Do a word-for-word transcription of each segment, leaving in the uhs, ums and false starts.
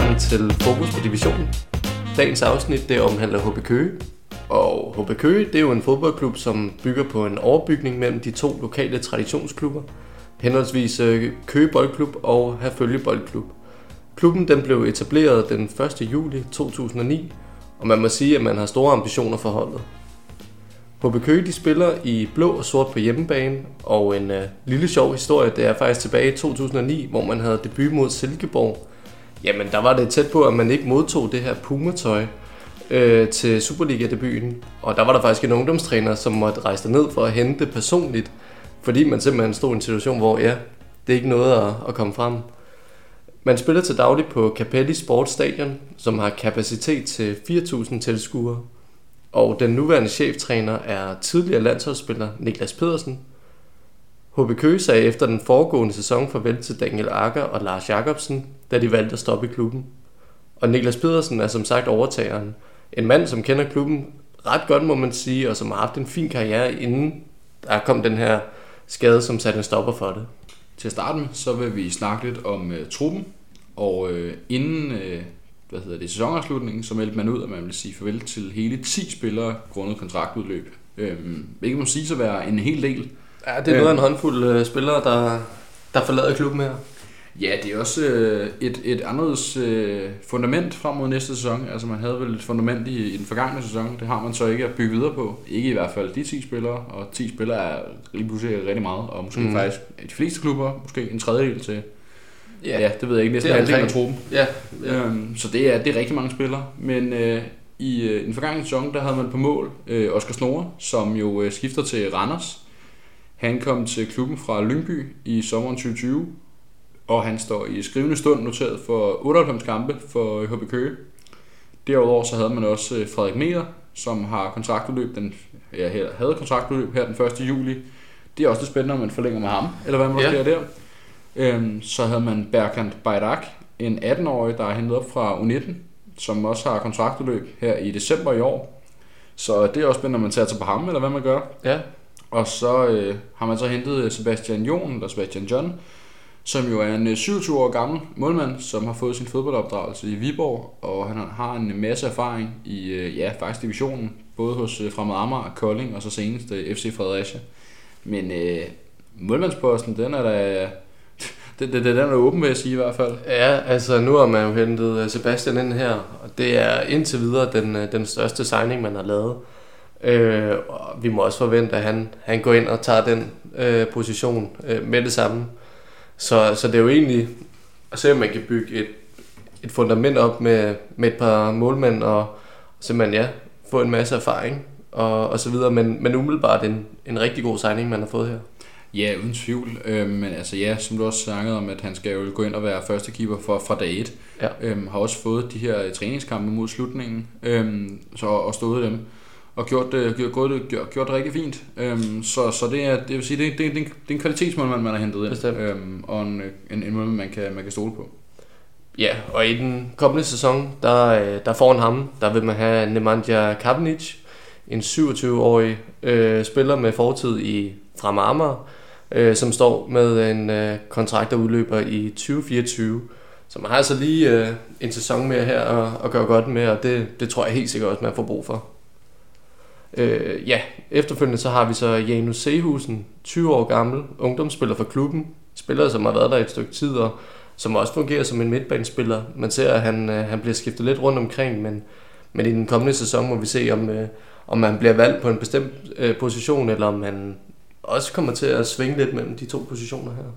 gang til Fokus på Divisionen. Dagens afsnit det omhandler H B Køge. Og H B Køge det er jo en fodboldklub, som bygger på en overbygning mellem de to lokale traditionsklubber, henholdsvis Køge Boldklub og Herfølge Boldklub. Klubben den blev etableret den første juli to tusind og ni, og man må sige, at man har store ambitioner for holdet. H B Køge de spiller i blå og sort på hjemmebane, og en uh, lille sjov historie, det er faktisk tilbage i to tusind og ni, hvor man havde debut mod Silkeborg. Jamen der var det tæt på, at man ikke modtog det her Puma-tøj øh, til Superliga-debuten, og der var der faktisk en ungdomstræner, som måtte rejse ned for at hente det personligt, fordi man simpelthen stod i en situation, hvor ja, det er ikke noget at, at komme frem. Man spiller til daglig på Capelli Sportsstadion, som har kapacitet til fire tusind tilskuere. Og den nuværende cheftræner er tidligere landsholdsspiller Niklas Pedersen. H B Køge sagde efter den foregående sæson farvel til Daniel Agger og Lars Jacobsen, da de valgte at stoppe i klubben. Og Niklas Pedersen er som sagt overtageren. En mand, som kender klubben ret godt, må man sige, og som har haft en fin karriere, inden der kom den her skade, som satte en stopper for det. Til at starte med, så vil vi snakke lidt om uh, truppen, og uh, inden uh, hvad hedder det, sæsonafslutningen, så meldte man ud, at man vil sige farvel til hele ti spillere grundet kontraktudløb. Øhm, hvilket må sige så være en hel del. Ja, det er noget af en håndfuld uh, spillere, der, der forlader klubben her. Ja, det er også øh, et, et anderledes øh, fundament frem mod næste sæson. Altså man havde vel et fundament i, i den forgangne sæson. Det har man så ikke at bygge videre på. Ikke i hvert fald de ti spillere, og ti spillere er lige pludselig rigtig meget. Og måske mm. faktisk de fleste klubber, måske en tredjedel til. Yeah. Ja, det ved jeg ikke, næsten halvdelen af truppen. Ja, ja. Øhm, så det er, det er rigtig mange spillere. Men øh, i øh, den forgangne sæson, der havde man på mål øh, Oscar Snorre, som jo øh, skifter til Randers. Han kom til klubben fra Lyngby i sommeren tyve tyve. Og han står i skrivende stund noteret for otteoghalvfems kampe for H B Køge. Derudover så havde man også Frederik Meyer, som har kontraktudløb den, ja, havde kontraktudløb her den første juli. Det er også lidt spændende, om man forlænger med ham, eller hvad man måske ja. er der. Øhm, så havde man Berkant Bayrak, en atten-årig, der er hentet op fra U nitten, som også har kontraktudløb her i december i år. Så det er også spændende, om man tager sig på ham, eller hvad man gør. Ja. Og så øh, har man så hentet Sebastian Jon, eller Sebastian John, som jo er en syvogtyve år gammel målmand, som har fået sin fodboldopdragelse i Viborg, og han har en masse erfaring i, ja, faktisk divisionen, både hos Fremad Amager, Kolding og så senest F C Fredericia. Men øh, målmandsposten, den er da den, den, den er åben, vil jeg sige i hvert fald. Ja, altså nu har man jo hentet Sebastian ind her, og det er indtil videre den, den største signing, man har lavet. Øh, og vi må også forvente, at han, han går ind og tager den øh, position øh, med det samme. Så, så det er jo egentlig at se, om man kan bygge et, et fundament op med, med et par målmænd og simpelthen ja, få en masse erfaring og, og så videre. Men, men umiddelbart en, en rigtig god signing, man har fået her. Ja, uden tvivl. Øhm, men altså ja, som du også snakkede om, at han skal jo gå ind og være første keeper for, fra dag et. Ja. Øhm, har også fået de her træningskampe mod slutningen øhm, så, og stået dem. Og gjort det, gjort, det, gjort, gjort det rigtig fint. Øhm, så, så det er, det vil sige, det, det, det, det er en kvalitetsmålmand, man har hentet ind. Øhm, og en, en, en målmand, man kan, man kan stole på. Ja, og i den kommende sæson, der, der foran ham, der vil man have Nemanja Kapnic, en syvogtyve-årig øh, spiller med fortid i Fremad Amager, øh, som står med en øh, kontrakt, der udløber i tyve fireogtyve. Så man har altså lige øh, en sæson mere her at, at gøre godt med, og det, det tror jeg helt sikkert også, man får brug for. Øh, ja, efterfølgende så har vi så Janus Sehusen, tyve år gammel, ungdomsspiller for klubben, spiller som har været der et stykke tid, og som også fungerer som en midtbanespiller. Man ser, at han, øh, han bliver skiftet lidt rundt omkring, men, men i den kommende sæson må vi se, om, øh, om han bliver valgt på en bestemt øh, position, eller om han også kommer til at svinge lidt mellem de to positioner her.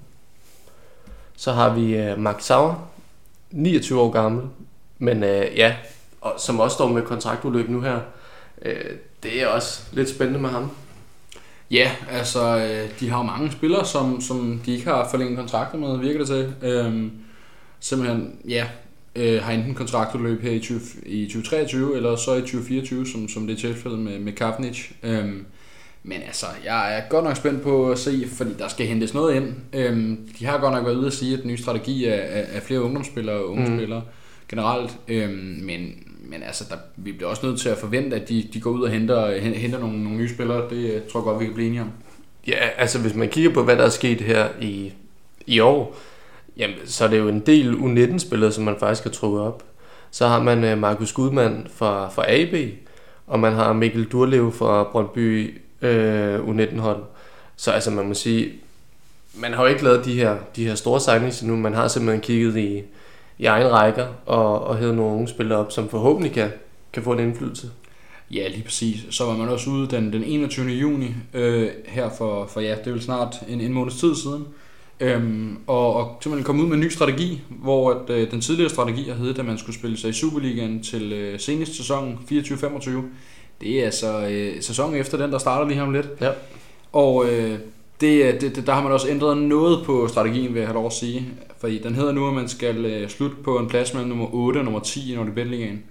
Så har vi øh, Max Sauer, niogtyve år gammel, men øh, ja, og, som også står med kontraktudløb nu her. Øh, det er også lidt spændende med ham. Ja, altså øh, de har jo mange spillere, som, som de ikke har forlænget kontrakter med, virker det til. Øhm, simpelthen, ja, øh, har enten kontraktudløb her i, tyve, i tyve treogtyve, eller så i tyve fireogtyve, som, som det er tilfældet med, med Kapnic. Øhm, men altså, jeg er godt nok spændt på at se, fordi der skal hentes noget ind. Øhm, de har godt nok været ude at sige, at den nye strategi er, er, er flere ungdomsspillere og unge mm. spillere generelt. Øhm, men Men altså, der, vi bliver også nødt til at forvente, at de, de går ud og henter, henter nogle, nogle nye spillere. Det tror jeg godt, vi kan blive enige om. Ja, altså hvis man kigger på, hvad der er sket her i, i år, Jamen, så er det jo en del U nitten-spillere, som man faktisk har trukket op. Så har man uh, Markus Gudmann fra, fra A B, og man har Mikkel Durlev fra Brøndby uh, U nitten-hold. Så altså, man må sige, man har jo ikke lavet de her, de her store signings endnu. Man har simpelthen kigget i, i egen rækker og, og hævet nogle unge spillere op, som forhåbentlig kan, kan få en indflydelse. Ja, lige præcis. Så var man også ude den, den enogtyvende juni øh, her for, for, ja, det er vel snart en, en måneds tid siden. Øhm, og, og simpelthen komme ud med en ny strategi, hvor at, øh, den tidligere strategi har heddet, at man skulle spille sig i Superligaen til øh, senest sæsonen fireogtyve femogtyve. Det er altså øh, sæsonen efter den, der starter lige her om lidt. Ja. Og øh, det, det, der har man også ændret noget på strategien, vil jeg have lov at sige. Fordi den hedder nu, at man skal øh, slutte på en plads mellem nummer otte og nummer ti i Nordjylland.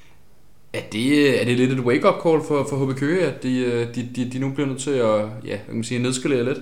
Er det, er det lidt et wake-up call for, for H B Køge, at de, de, de, de nu bliver nødt til at, ja, kan man sige, nedskalere lidt?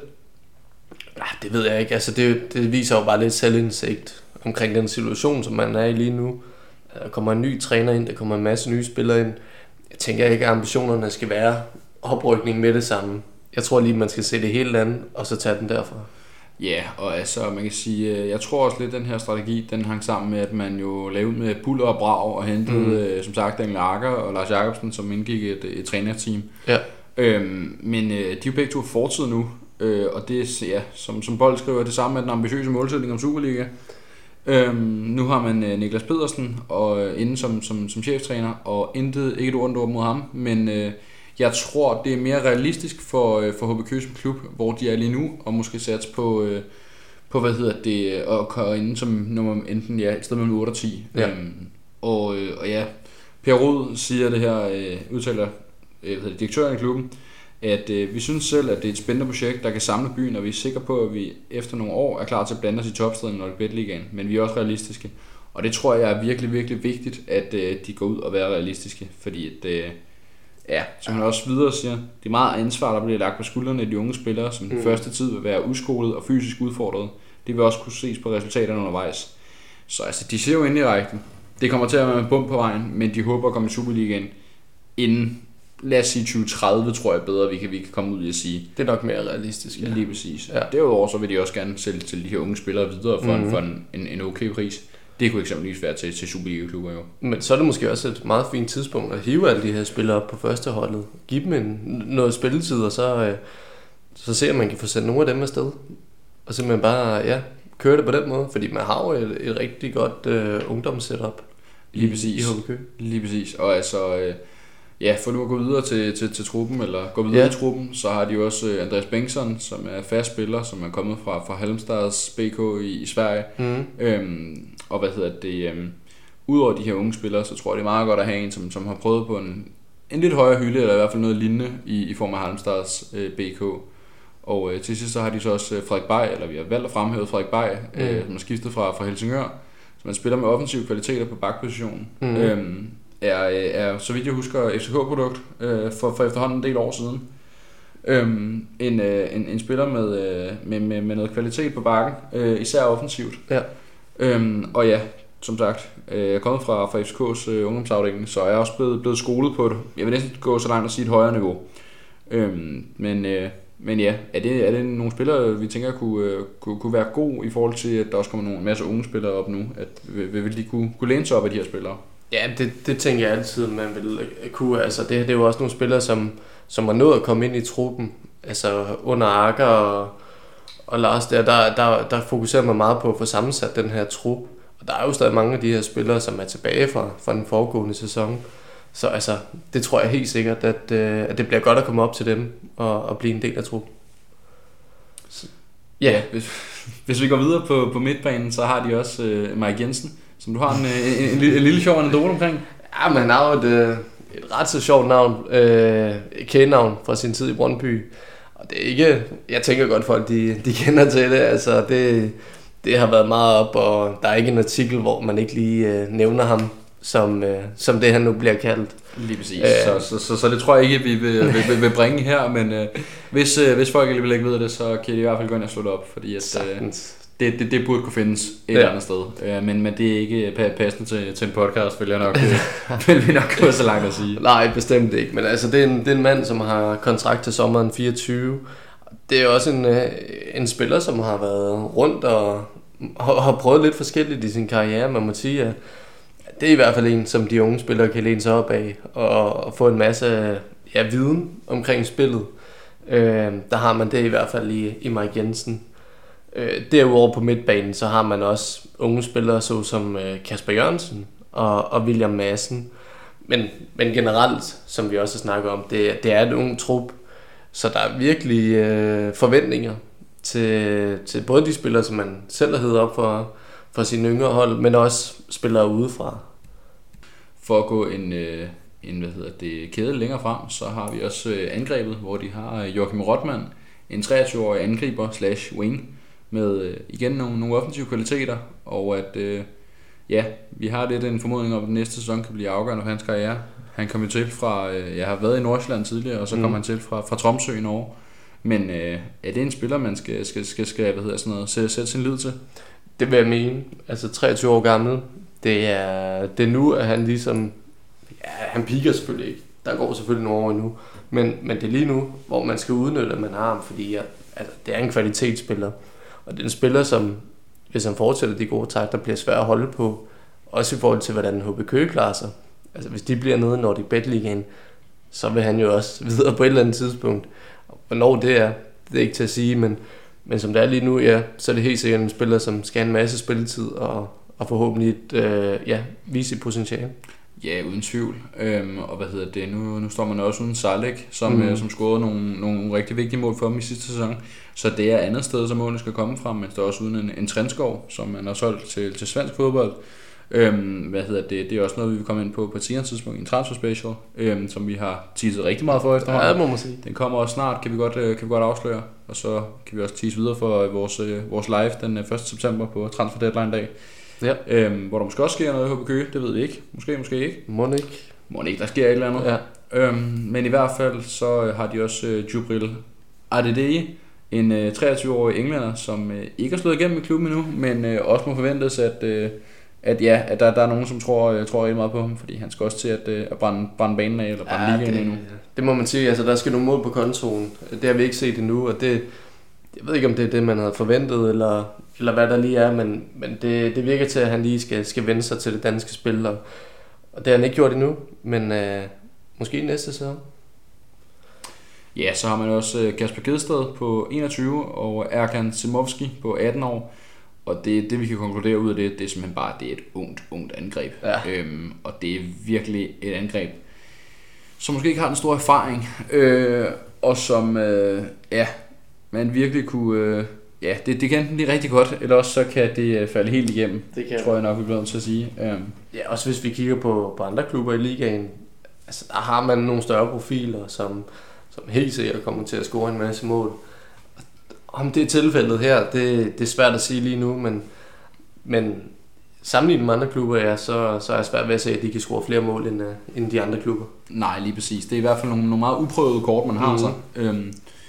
Nej, det ved jeg ikke. Altså, det, det viser jo bare lidt selvindsigt omkring den situation, som man er i lige nu. Der kommer en ny træner ind, der kommer en masse nye spillere ind. Jeg tænker ikke, at ambitionerne skal være oprykning med det samme. Jeg tror lige, man skal se det hele andet, og så tage den derfra. Ja, og altså, man kan sige, jeg tror også lidt, at den her strategi, den hang sammen med, at man jo lavede med Buller og Brag og hentede, mm. som sagt, Daniel Akker og Lars Jacobsen, som indgik et, et trænerteam. Ja. Øhm, men de er jo begge to fortid nu, øh, og det er, ja, som, som Bold skriver, det samme med den ambitiøse målsætning om Superliga. Øhm, nu har man Niklas Pedersen og, øh, inde som, som, som cheftræner, og intet, ikke et ondt ord mod ham, men øh, jeg tror, det er mere realistisk for, øh, for H B Køge som klub, hvor de er lige nu, og måske satse på, øh, på hvad hedder det, og komme inde som nummer enten ja, et sted mellem otte og ti. Ja. Øhm, og, øh, og ja, Per Rud siger det her, øh, udtaler øh, hvad det, direktøren i klubben, at øh, vi synes selv, at det er et spændende projekt, der kan samle byen, og vi er sikre på, at vi efter nogle år er klar til at blande os i topstriden når det er ligaen, men vi er også realistiske. Og det tror jeg er virkelig, virkelig vigtigt, at øh, de går ud og være realistiske, fordi at, øh, ja, som han også videre siger, det er meget ansvar, der bliver lagt på skuldrene af de unge spillere, som den mm. første tid vil være udskolet og fysisk udfordret. Det vil også kunne ses på resultaterne undervejs. Så altså, de ser jo ind i rækken. Det kommer til at være en bump på vejen, men de håber at komme i Superligaen inden, lad os sige tyve tredive, tror jeg bedre, vi kan, vi kan komme ud i at sige. Det er nok mere realistisk, ja. Lige præcis. Ja. Derudover så vil de også gerne sælge til de her unge spillere videre for, mm-hmm. en, for en, en, en okay pris. Det kunne eksempelvis være til, til Superliga-klubber jo. Men så er det måske også et meget fint tidspunkt at hive alle de her spillere op på første holdet. Give dem en, noget spilletid, og så, øh, så ser man kan få sendt nogle af dem afsted. Og simpelthen bare ja, køre det på den måde, fordi man har jo et, et rigtig godt øh, ungdomssetup lige præcis. i H B Køge. Lige præcis. Og altså, øh, ja, for nu at gå videre til, til, til truppen, eller gå videre ja. i truppen, så har de jo også øh, Andreas Bengtsson, som er fast spiller, som er kommet fra, fra Halmstads B K i, i Sverige. Mm. Øhm, og hvad hedder det, øhm, udover de her unge spillere, så tror jeg det er meget godt at have en, som, som har prøvet på en, en lidt højere hylde, eller i hvert fald noget lignende i, i form af Halmstads øh, B K. Og øh, til sidst så har de så også øh, Frederik Bay, eller vi har valgt at fremhæve Frederik Bay, mm. øh, som er skiftet fra, fra Helsingør, som man spiller med offensive kvaliteter på bakpositionen. Mm. Øhm, er, er, så vidt jeg husker, F C K-produkt øh, for, for efterhånden en del år siden. Øhm, en, øh, en, en spiller med, øh, med, med, med noget kvalitet på bakken, øh, især offensivt. Ja. Øhm, og ja, som sagt, øh, jeg er kommet fra, fra F C K's øh, ungdomsafdeling, så jeg er også blevet, blevet skolet på det. Jeg vil næsten gå så langt at sige et højere niveau. Øhm, men, øh, men ja, er det, er det nogle spillere, vi tænker kunne, øh, kunne, kunne være gode i forhold til, at der også kommer nogle masse unge spillere op nu? At, vil, vil de kunne, kunne læne sig op af de her spillere? Ja, det, det tænker jeg altid, man vil kunne. Altså, det, det er jo også nogle spillere, som, som har nået at komme ind i truppen. Altså under Akker og, og Lars der, der, der, der fokuserer man meget på at få sammensat den her trup. Og der er jo stadig mange af de her spillere, som er tilbage fra, fra den foregående sæson. Så altså, det tror jeg helt sikkert, at, at det bliver godt at komme op til dem og, og blive en del af truppen. Ja, hvis, hvis vi går videre på, på midtbanen, så har de også uh, Mike Jensen, som du har en, en, en, en, en lille sjov anekdote omkring. Ja, men han har jo et, et ret så sjovt navn, øh, et kædenavn fra sin tid i Brøndby. Og det er ikke, jeg tænker godt folk, de, de kender til det, altså det, det har været meget op, og der er ikke en artikel, hvor man ikke lige øh, nævner ham, som, øh, som det han nu bliver kaldt. Lige præcis, Æh, så, så, så, så det tror jeg ikke, vi vil, vil, vil, vil bringe her, men øh, hvis, øh, hvis folk alligevel ikke ved det, så kan de i hvert fald gå ind og slå det op, fordi at, øh, det, det, det burde kunne findes et ja. eller andet sted, øh, men, men det er ikke passende til, til en podcast, vil jeg nok, øh, vil vi nok gå så langt at sige. Nej, bestemt ikke, men altså, det, er en, det er en mand, som har kontrakt til sommeren fireogtyve. Det er også en, øh, en spiller, som har været rundt og, har, har prøvet lidt forskelligt i sin karriere. Man må sige, at det er i hvert fald en, som de unge spillere kan læne sig op af og, og få en masse ja, viden omkring spillet. Øh, der har man det i hvert fald i, i Mike Jensen. Øh, derudover på midtbanen, så har man også unge spillere, såsom øh, Kasper Jørgensen og, og William Madsen. Men, men generelt, som vi også har snakket om, det, det er et ung trup, så der er virkelig øh, forventninger til, til både de spillere, som man selv har heddet op for, for sine yngre hold, men også spillere udefra. For at gå en, øh, en hvad hedder det, kæde længere frem, så har vi også øh, angrebet, hvor de har øh, Joachim Rottmann, en treogtyve-årig angriber slash wing, med øh, igen nogle, nogle offensive kvaliteter, og at øh, ja, vi har lidt en formodning om, at den næste sæson kan blive afgørende for hans karriere. Han kom jo til fra, øh, jeg har været i Nordsjælland tidligere, og så kom mm. han til fra, fra Tromsø i Norge. Men øh, er det en spiller, man skal, skal, skal, skal hvad hedder sådan noget, sætte, sætte sin lid til? Det vil jeg mene. Altså treogtyve år gammel, det er, det er nu, at han ligesom, ja, han piker selvfølgelig ikke. Der går selvfølgelig nogle år endnu. Men, men det er lige nu, hvor man skal udnytte, at man har ham, fordi at, altså, det er en kvalitetsspiller. Og det er en spiller, som, hvis han fortsætter de gode takter, bliver svært at holde på. Også i forhold til, hvordan H B Køge klarer sig. Altså hvis de bliver nede i Nordic Bet Ligaen, så vil han jo også videre på et eller andet tidspunkt. Hvornår det er, det er ikke til at sige, men, men som det er lige nu, ja, så er det helt sikkert en spiller, som skal have en masse spilletid og, og forhåbentlig øh, ja, vise sit potentiale. Ja, uden tvivl. Øhm, og hvad hedder det? Nu, nu står man også uden Salek, som, Mm. øh, som scorede nogle, nogle rigtig vigtige mål for dem i sidste sæson. Så det er andet sted, som målene skal komme fra, men der er også uden en, en Trendskov, som man har solgt til, til svensk fodbold. Øhm, hvad hedder det? Det er også noget, vi vil komme ind på på et senere tidspunkt, en transfer special, øhm, som vi har teaset rigtig meget for efterhånden. Ja, det må man sige. Den kommer også snart, kan vi godt, øh, kan vi godt afsløre. Og så kan vi også tease videre for vores, øh, vores live den øh, første september på transfer deadline dag. Ja. Øhm, hvor der måske også sker noget i H B Køge, det ved vi ikke. Måske, måske ikke. Må det ikke. Må det ikke, der sker et eller andet. Ja. Øhm, men i hvert fald så øh, har de også øh, Djibril Adedeye, en øh, treogtyve-årig englænder, som øh, ikke har slået igennem i klubben endnu, men øh, også må forventes, at, øh, at, ja, at der, der er nogen, som tror, øh, tror rigtig meget på ham, fordi han skal også til at, øh, at brænde, brænde banen af, eller brænde Ja, ligaen det, endnu. det må man sige, altså der skal nogle mål på kontoen. Det har vi ikke set endnu, og det, jeg ved ikke om det er det, man havde forventet, eller, eller hvad der lige er, men, men det, det virker til, at han lige skal, skal vende sig til det danske spil, og, og det har han ikke gjort endnu, men øh, måske næste sæson. Ja, så har man også Kasper Gedsted på enogtyve og Erkan Simovski på atten år. Og det, det vi kan konkludere ud af det, det er simpelthen bare, det er et ungt, ungt angreb. Ja. Øhm, og det er virkelig et angreb, som måske ikke har den store erfaring, øh, og som, øh, ja, man virkelig kunne, øh, ja, det, det kan enten blive rigtig godt, eller også så kan det falde helt igennem, Det kan tror jeg nok, vi bliver nødt til at sige. Um, Ja, også hvis vi kigger på, på andre klubber i ligaen, altså der har man nogle større profiler, som, som helt sikkert kommer til at score en masse mål. Om det er tilfældet her, det, det er svært at sige lige nu, men, men sammenlignet med andre klubber, ja, så, så er jeg svært ved at se, at de kan score flere mål end, uh, end de andre klubber. nej, lige præcis. Det er i hvert fald nogle, nogle meget uprøvede kort, man har Mhm. så. Um,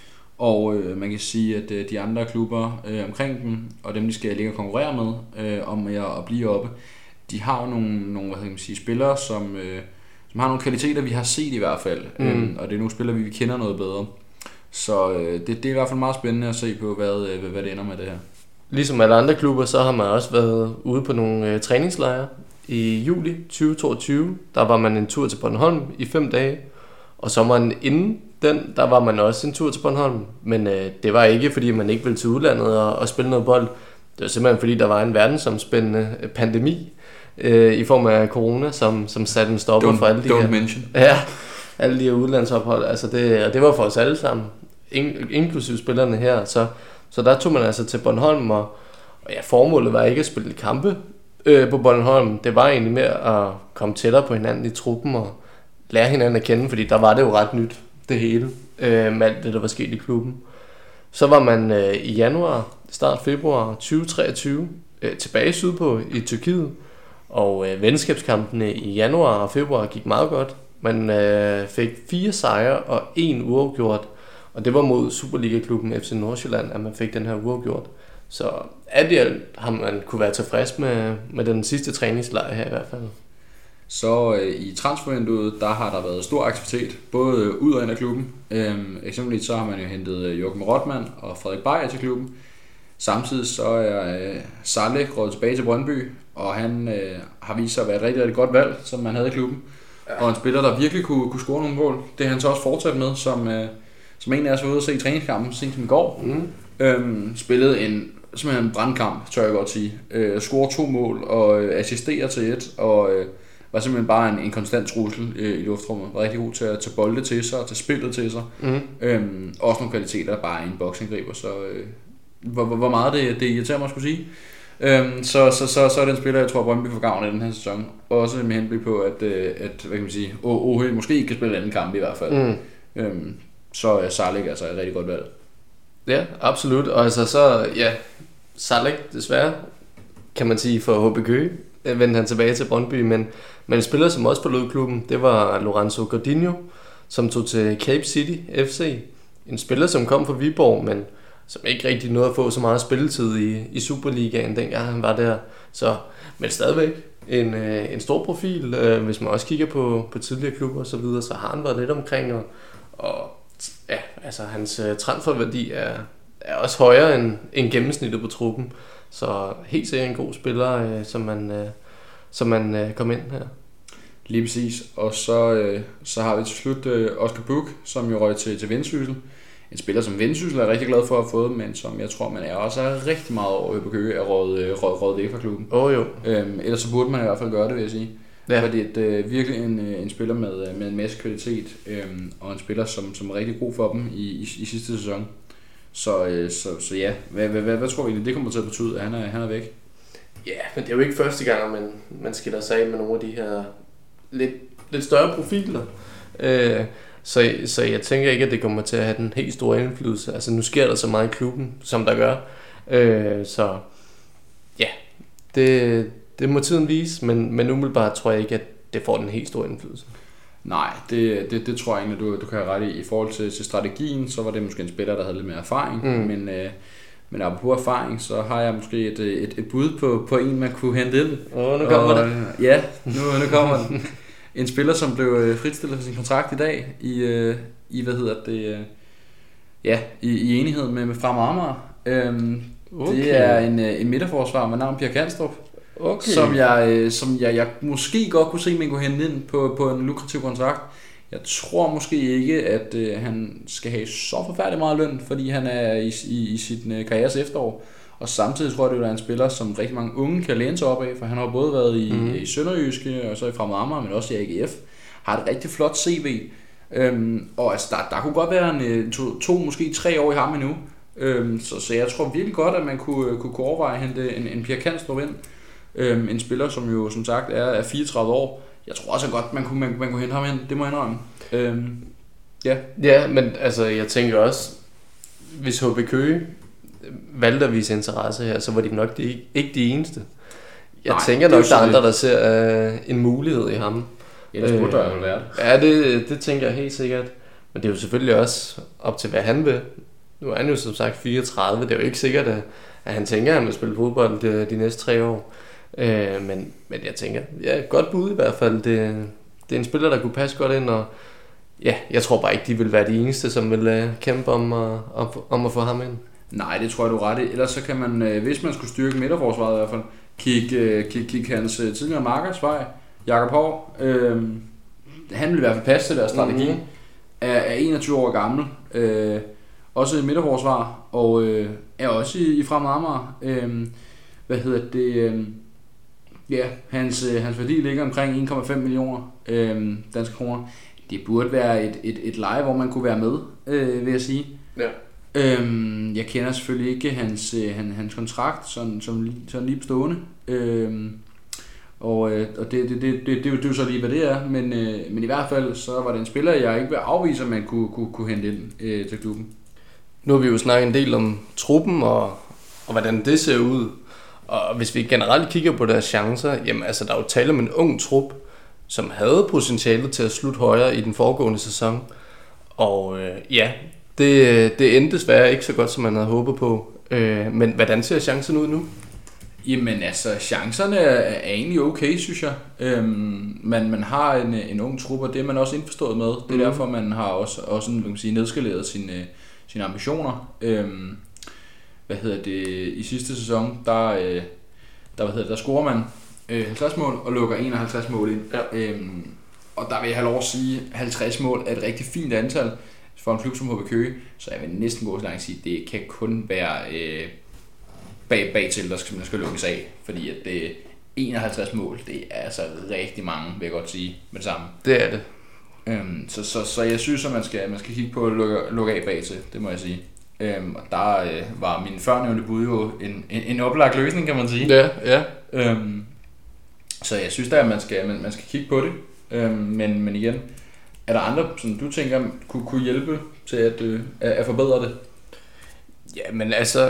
Og øh, man kan sige, at øh, de andre klubber øh, omkring dem, og dem de skal ligge og konkurrere med, øh, om at, at blive oppe, de har jo nogle, nogle hvad kan man sige, spillere, som, øh, som har nogle kvaliteter, vi har set i hvert fald. Mm. Øhm, og det er nogle spillere, vi kender noget bedre. Så øh, det, det er i hvert fald meget spændende at se på, hvad, øh, hvad det ender med det her. Ligesom alle andre klubber, så har man også været ude på nogle øh, træningslejre. I juli tyve toogtyve, der var man en tur til Bornholm i fem dage, og sommeren inden den, der var man også en tur til Bornholm, men øh, det var ikke, fordi man ikke ville til udlandet og, og spille noget bold. Det var simpelthen, fordi der var en verdensomspændende pandemi øh, i form af corona, som, som satte en stopper Don't, for alle de don't her, mention. ja, alle de her udlandsophold. Altså det, og det var for os alle sammen, in, inklusive spillerne her. Så, så der tog man altså til Bornholm, og, og ja, formålet var ikke at spille kampe øh, på Bornholm. Det var egentlig mere at komme tættere på hinanden i truppen og lære hinanden at kende, fordi der var det jo ret nyt, det hele, øh, med alt det, der var sket i klubben. Så var man øh, i januar, start februar tyve treogtyve, øh, tilbage sydpå i Tyrkiet, og øh, venskabskampene i januar og februar gik meget godt. Man øh, fik fire sejre og en uafgjort, og det var mod Superliga-klubben F C Nordsjælland, at man fik den her uafgjort. Så alt i alt har man kunne være tilfreds med, med den sidste træningslejr her i hvert fald. Så øh, i transfervinduet, der har der været stor aktivitet, både ud og ind af klubben. Øhm, eksempelvis så har man jo hentet øh, Joachim Rottmann og Frederik Beyer til klubben. Samtidig så er øh, Saleh gået tilbage til Brøndby, og han øh, har vist sig at være et rigtig, rigtig godt valg, som man havde i klubben. Ja. Og en spiller, der virkelig kunne, kunne score nogle mål. Det har han så også fortsat med, som, øh, som en af os var ude at se i træningskampen sent som i går. Mm. Øhm, spillede en simpelthen en brandkamp, tør jeg godt sige. Øh, score to mål og øh, assisterer til et, og øh, var simpelthen bare en, en konstant trussel øh, i luftrummet. Var rigtig god til at tage bolde til sig og tage spillet til sig. Mm. Øhm, også nogle kvaliteter, bare en boksangriber, så øh, hvor, hvor meget det, det irriterer mig at skulle sige. Øhm, så, så, så, så er det en spiller, jeg tror, Brøndby får gavn af den her sæson. Også med henblik på, at, at hvad kan man sige, O H måske ikke kan spille anden kamp i hvert fald. Mm. Øhm, så er Saleh altså et rigtig godt valg. Ja, absolut. Og altså så, ja, Saleh desværre, kan man sige, for H B Køge, vendte han tilbage til Brøndby, men, men en spiller, som også forlod klubben, det var Lorenzo Gordinho, som tog til Cape City F C. En spiller, som kom fra Viborg, men som ikke rigtig nåede at få så meget spilletid i, i Superligaen, dengang han var der. Så, men stadigvæk en, øh, en stor profil. Øh, hvis man også kigger på, på tidligere klubber og så videre, så har han været lidt omkring, og, og ja, altså hans øh, transferværdi er, er også højere end, end gennemsnittet på truppen. Så helt sikkert en god spiller, øh, som man, øh, som man øh, kom ind her. Lige præcis. Og så, øh, så har vi til slut øh, Oscar Buch, som jo røg til, til Vendsyssel. En spiller, som Vendsyssel er rigtig glad for at have fået, men som jeg tror, man er også er rigtig meget over på Køge, er røget, røget, røget væk fra klubben. Åh oh, jo. Øhm, ellers så burde man i hvert fald gøre det, vil jeg sige. Ja. Fordi det er øh, virkelig en, en spiller med, med en masse kvalitet, øhm, og en spiller, som, som er rigtig god for dem i, i, i sidste sæson. Så, øh, så, så ja, hvad, hvad, hvad, hvad tror I egentlig, det kommer til at betyde, at han er, han er væk? Ja, men det er jo ikke første gang, man, man skiller sig af med nogle af de her lidt, lidt større profiler. Øh, Så, så jeg tænker ikke, at det kommer til at have den helt store indflydelse. Altså nu sker der så meget i klubben, som der gør. Øh, så ja, det, det må tiden vise, men, men umiddelbart tror jeg ikke, at det får den helt store indflydelse. Nej, det, det, det tror jeg egentlig, du, du kan have ret i. I forhold til, til strategien, så var det måske en spiller, der havde lidt mere erfaring. Mm. Men, øh, men apropos erfaring, så har jeg måske et, et, et bud på, på en, man kunne hente ind. Åh, oh, nu kommer og, det. Ja, nu, nu kommer den. En spiller, som blev fritstillet for sin kontrakt i dag, i, i hvad hedder det, ja, i, i enighed med, med Fremad Amager. Øhm, okay. Det er en, en midterforsvar med navn Pierre Kanstrup, okay. som, jeg, som jeg, jeg måske godt kunne se, at man kunne hente ind på, på en lukrativ kontrakt. Jeg tror måske ikke, at øh, han skal have så forfærdeligt meget løn, fordi han er i, i, i sit øh, karrieres efterår. Og samtidig tror jeg, det er en spiller, som rigtig mange unge kan læne sig op af, for han har både været i, mm. i Sønderjyske, og så i Fremad Amager, men også i A G F. Har et rigtig flot C V. Øhm, og altså, der, der kunne godt være en, to, to, måske tre år i ham endnu. Øhm, så, så jeg tror virkelig godt, at man kunne, kunne, kunne overveje at hente en, en Pierre Kanstrup ind. Øhm, en spiller, som jo som sagt er, er fireogtredive år. Jeg tror også godt, man kunne, man, man kunne hente ham ind. Det må jeg indrømme. Øhm, ja. ja, men altså, jeg tænker også, hvis H B Køge valgte at vise interesse her, så var de nok de, ikke de eneste. Jeg Nej, tænker nok, der er andre, der ser uh, en mulighed i ham. Ellers burde øh, der jo være det. Ja, det, det tænker jeg helt sikkert. Men det er jo selvfølgelig også op til, hvad han vil. Nu er han jo som sagt fireogtredive. Det er jo ikke sikkert, at, at han tænker, at han vil spille fodbold de, de næste tre år. Øh, men, men jeg tænker, ja, godt bud i hvert fald. Det, det er en spiller, der kunne passe godt ind, og ja, jeg tror bare ikke, de vil være de eneste, som vil uh, kæmpe om, uh, om, om at få ham ind. Nej, det tror jeg, du er ret i. Ellers så kan man, hvis man skulle styrke midterforsvaret i hvert fald, kigge, kigge, kigge hans tidligere markers vej, Jakob Hov. Øhm, han vil i hvert fald passe til deres strategi. Mm-hmm. Er, er enogtyve år gammel. Øh, også i midterforsvar, og øh, er også i, i Fremad Amager. Øh, hvad hedder det? Øh, ja, hans, hans værdi ligger omkring en komma fem millioner øh, danske kroner. Det burde være et, et, et leje, hvor man kunne være med, øh, vil jeg sige. Ja. Øhm, jeg kender selvfølgelig ikke hans, øh, hans, hans kontrakt sådan, som, sådan lige på stående. Øhm, og øh, og det, det, det, det, det, det, det er jo så lige, hvad det er. Men, øh, men i hvert fald, så var det en spiller, jeg ikke vil afvise, at man kunne, kunne, kunne hente ind øh, til klubben. Nu har vi jo snakket en del om truppen, og, og hvordan det ser ud. Og hvis vi generelt kigger på deres chancer, jamen altså, der er jo tale om en ung trup, som havde potentiale til at slutte højere i den foregående sæson. Og øh, ja, det, det endte desværre ikke så godt, som man havde håbet på. Øh, men hvordan ser chancen ud nu? Jamen altså, chancerne er egentlig okay, synes jeg. Øhm, man, man har en, en ung trup, og det er man også indforstået med. Det er mm. derfor, man har også, også hvad kan man sige, nedskaleret sine, sine ambitioner. Øhm, hvad hedder det, i sidste sæson, der, øh, der, hvad hedder det, der scorer man øh, halvtreds mål og lukker enoghalvtreds mål ind. Ja. Øhm, og der vil jeg have lov at sige, at halvtreds mål er et rigtig fint antal for en klub som H B Køge, så jeg vil næsten gå så langt at sige, at det kan kun være øh, bag, bag til, der skal, der skal lukkes af, fordi at det enoghalvtreds mål, det er altså rigtig mange, vil jeg godt sige, med det samme. Det er det. Øhm, så, så, så jeg synes, at man skal, man skal kigge på at lukke, lukke af bag til, det må jeg sige. Øhm, og der øh, var min førnævnte bud jo en, en, en oplagt løsning, kan man sige. Ja, ja. Øhm, så jeg synes da, at man skal, man, man skal kigge på det. Øhm, men, men igen, er der andre, som du tænker kunne, kunne hjælpe til at, øh, at forbedre det? Ja, men altså,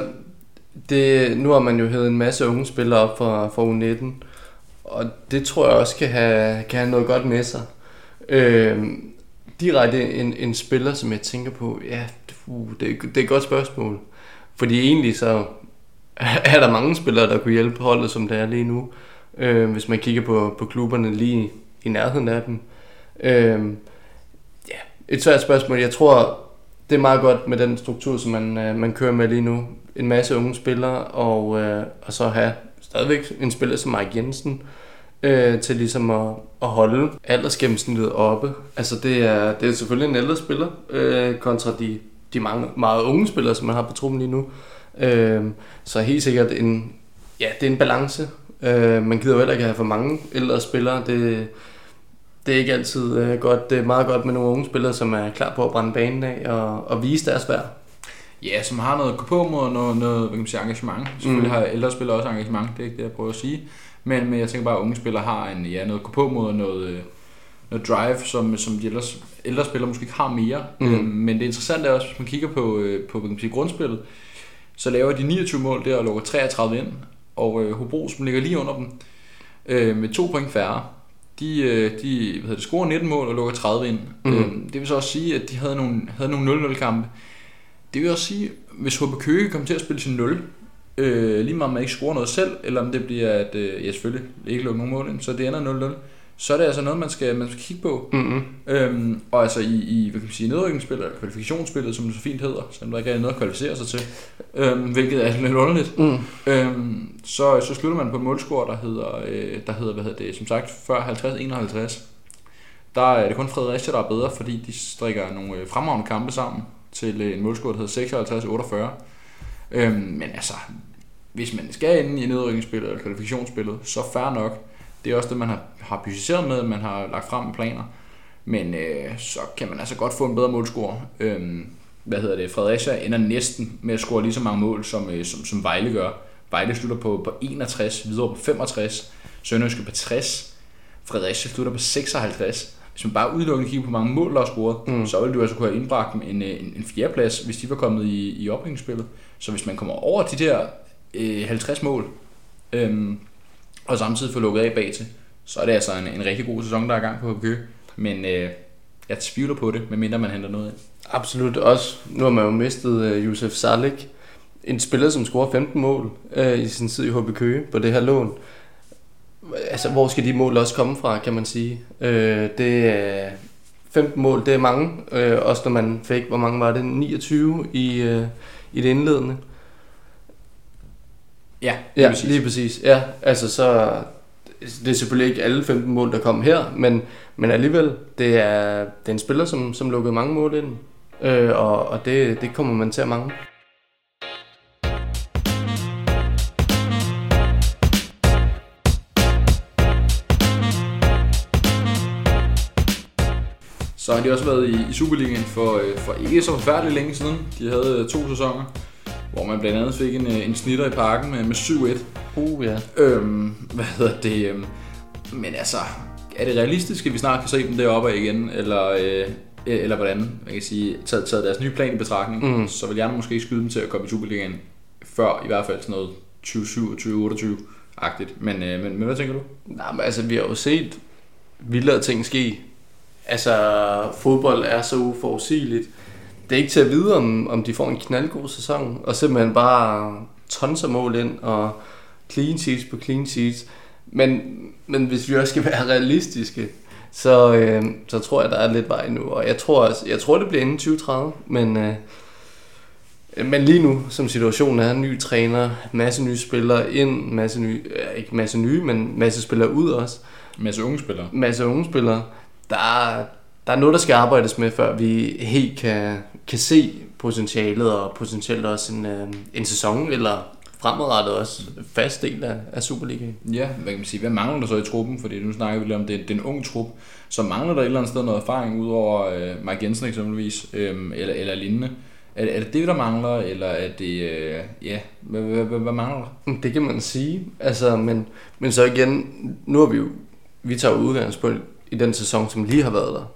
det, nu har man jo hævet en masse unge spillere op fra, fra U nitten, og det tror jeg også kan have, kan have noget godt med sig. Øhm, direkte en, en spiller, som jeg tænker på, ja, uh, det, det er et godt spørgsmål. Fordi egentlig så er der mange spillere, der kunne hjælpe holdet, som det er lige nu. Øh, hvis man kigger på, på klubberne lige i nærheden af dem. Øh, ja, et svært spørgsmål. Jeg tror, det er meget godt med den struktur, som man, øh, man kører med lige nu. En masse unge spillere, og, øh, og så have stadigvæk en spiller som Mike Jensen, øh, til ligesom at, at holde aldersgennemsnittet oppe. Altså det er, det er selvfølgelig en ældre spiller, øh, kontra de, de mange, meget unge spillere, som man har på truppen lige nu. Øh, så helt sikkert en, ja, det er en balance. Øh, man gider jo heller ikke have for mange ældre spillere. Det, det er ikke altid øh, godt. Det er meget godt med nogle unge spillere, som er klar på at brænde banen af og, og vise deres værd. Ja, som har noget gå på mod og noget, noget hvad kan man sige, engagement. Selvfølgelig mm. har ældre spillere også engagement, det er ikke det, jeg prøver at sige. Men, men jeg tænker bare, at unge spillere har en, ja, noget gå på mod og noget, noget drive, som, som de ældre, ældre spillere måske ikke har mere. Mm. Øhm, men det interessante er også, hvis man kigger på, på hvad kan man sige, grundspillet, så laver de niogtyve mål der og lukker treogtredive ind. Og øh, Hobro, som ligger lige under dem, øh, med to point færre, de, øh, de hvad hedder det, scorer nitten mål og lukker tredive ind. Mm. Øh, det vil så også sige, at de havde nogle, havde nogle nul nul kampe. Det vil også sige, hvis H B Køge kommer til at spille til nul, øh, lige meget om man ikke scorer noget selv, eller om det bliver, at øh, ja, selvfølgelig ikke lukker nogen mål ind, så det ender nul nul, så er det altså noget, man skal, man skal kigge på. Mm-hmm. Øhm, og altså i, i hvad kan man sige, nedrykningsspillet, eller kvalifikationsspillet, som det så fint hedder, så der ikke er noget at kvalificere sig til, øhm, hvilket er lidt underligt, mm. øhm, så, så slutter man på en målscore, der hedder, øh, der hedder, hvad hedder det, som sagt, før halvtreds enoghalvtreds. Der er det kun Fredericia, der er bedre, fordi de strikker nogle fremragende kampe sammen til en målscore, der hedder seksoghalvtreds otteogfyrre. Øhm, men altså, hvis man skal inde i nedrykningsspillet eller kvalifikationsspillet, så fair nok. Det er også det, man har, har budgetteret med, man har lagt frem med planer. Men øh, så kan man altså godt få en bedre målscore. Øhm, hvad hedder det? Fredericia ender næsten med at score lige så mange mål, som, øh, som, som Vejle gør. Vejle slutter på, på enogtres, videre på femogtres, Sønderjyske på tres, Fredericia slutter på seksoghalvtreds. Hvis man bare udelukkende kigger på mange mål, der er scoret, mm. så ville du altså kunne have indbragt dem en, en, en fjerdeplads, hvis de var kommet i, i oprykningsspillet. Så hvis man kommer over de der øh, halvtreds mål, øh, og samtidig får lukket af bag til, så er det altså en, en rigtig god sæson, der er i gang på H B Køge. Men øh, jeg tvivler på det, medmindre man henter noget ind. Absolut også. Nu har man jo mistet øh, Josef Salik, en spiller, som scorer femten mål øh, i sin tid i H B Køge på det her lån. Altså, hvor skal de mål også komme fra, kan man sige? Øh, det er femten mål, det er mange. Øh, også når man fik, hvor mange var det? niogtyve i, øh, i det indledende. Ja, ja, præcis. Lige præcis. Ja, altså så det er selvfølgelig ikke alle femten mål, der kom her, men, men alligevel, det er, det er en spiller, som, som lukkede mange mål ind, øh, og, og det, det kommer man til at mangle. Så har de også været i, i Superligaen for, for ikke så forfærdeligt længe siden. De havde to sæsoner, hvor man blandt andet fik en, en snitter i parken med, med syv et. Uh, ja. Øhm, hvad hedder det? Øhm, men altså, er det realistisk, at vi snart kan se dem deroppe igen? Eller, øh, eller hvordan? Man kan sige, taget, taget deres nye plan i betragtning, mm. så vil jeg måske skyde dem til at komme i Superligaen før i hvert fald sådan noget tyve syvogtyve otteogtyve-agtigt. Men, øh, men, men hvad tænker du? Nej, men altså, vi har jo set vildere ting ske. Altså, fodbold er så uforudsigeligt. Det er ikke til at vide, om, om de får en knaldgod sæson, og simpelthen bare tonser mål ind, og clean sheets på clean sheets. Men, men hvis vi også skal være realistiske, så, øh, så tror jeg, der er lidt vej nu. Og jeg tror, også, jeg tror det bliver inden tyve tredive, men øh, Men lige nu, som situationen er, ny træner, masse nye spillere ind, masse nye, ikke masse nye, men masse spillere ud også. Masse unge spillere. Masse unge spillere. Der er, der er noget, der skal arbejdes med, før vi helt kan, kan se potentialet, og potentielt også en, en sæson, eller fremadrettet også fast del af, af Superligaen. Ja, hvad kan man sige, hvad mangler der så i truppen? Fordi nu snakker vi lidt om, det, det er en ung trup, så mangler der et eller andet sted noget erfaring, udover øh, Mike Jensen eksempelvis, øh, eller, eller lignende. Er, er det det, der mangler, eller er det, øh, ja, hvad, hvad, hvad, hvad mangler der? Det kan man sige, altså, men, men så igen, nu har vi jo, vi tager udgangspunkt i den sæson, som lige har været der.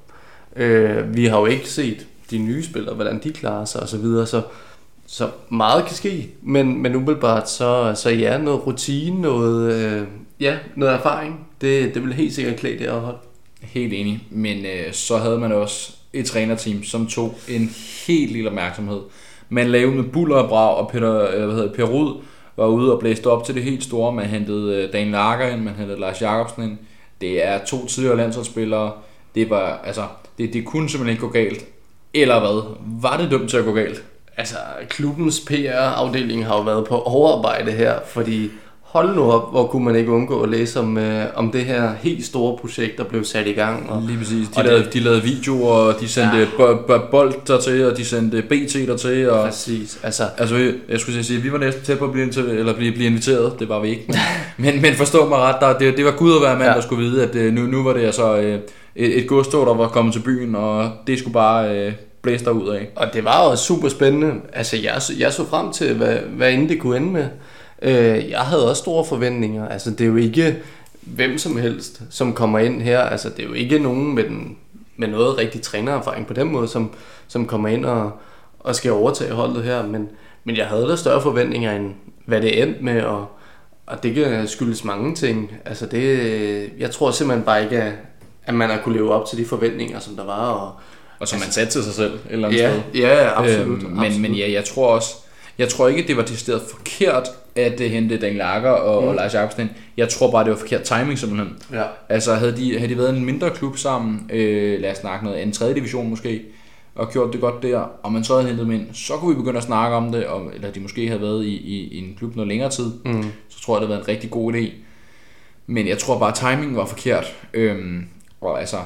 Øh, vi har jo ikke set de nye spillere, hvordan de klarer sig osv., så, videre, så så meget kan ske, men, men umiddelbart så, så ja, noget rutine, noget, øh, ja, noget erfaring, det, det vil helt sikkert klæde det at holde. Helt enig, men øh, så havde man også et trænerteam, som tog en helt lille opmærksomhed. Man lavede med buller og brag, og Peter, øh, hvad hedder, Per Rud var ude og blæste op til det helt store. Man hentede øh, Daniel Lager ind, man hentede Lars Jacobsen ind. Det er to tidligere landsholdsspillere. Det var, altså, det, det kunne simpelthen ikke gå galt. Eller hvad? Var det dumt til at gå galt? Altså, klubbens P R-afdeling har jo været på overarbejde her, fordi hold nu op, hvor kunne man ikke undgå at læse om, øh, om det her helt store projekt, der blev sat i gang. Og, lige præcis. De, lavede, det, de lavede videoer, og de sendte ja. bo- bo- bold dertil, og de sendte B T dertil. Og, præcis. Altså, altså, jeg skulle sige, vi var næsten tæt på at blive, eller blive, blive inviteret. Det var vi ikke. men, men forstå mig ret, der, det, det var Gud at være mand, ja. Der skulle vide, at øh, nu, nu var det altså øh, et, et godstog, der var kommet til byen, og det skulle bare... Øh, blæse der ud af. Og det var også super spændende. Altså, jeg, jeg så frem til, hvad, hvad end det kunne ende med. Øh, jeg havde også store forventninger. Altså, det er jo ikke hvem som helst, som kommer ind her. Altså, det er jo ikke nogen med, den, med noget rigtig trænererfaring på den måde, som, som kommer ind og, og skal overtage holdet her. Men, men jeg havde da større forventninger, end hvad det endte med, og, og det kan skyldes mange ting. Altså, det, jeg tror simpelthen bare ikke, at man har kunne leve op til de forventninger, som der var, og Og som man satte til sig selv et eller andet ja, sted. Ja, absolut. Øhm, men, absolut. men ja, jeg tror også, jeg tror ikke, det var decideret forkert at uh, hente Daniel Lager og, mm. og Lars Jacobsen. Jeg tror bare, det var forkert timing simpelthen. Ja. Altså havde de, havde de været en mindre klub sammen, øh, lad os snakke noget, en tredje division måske, og gjort det godt der, og man så havde hentet dem ind, så kunne vi begynde at snakke om det, og, eller de måske havde været i, i, i en klub noget længere tid, mm. så tror jeg, det havde været en rigtig god idé. Men jeg tror bare, at timingen var forkert. Øhm, og altså...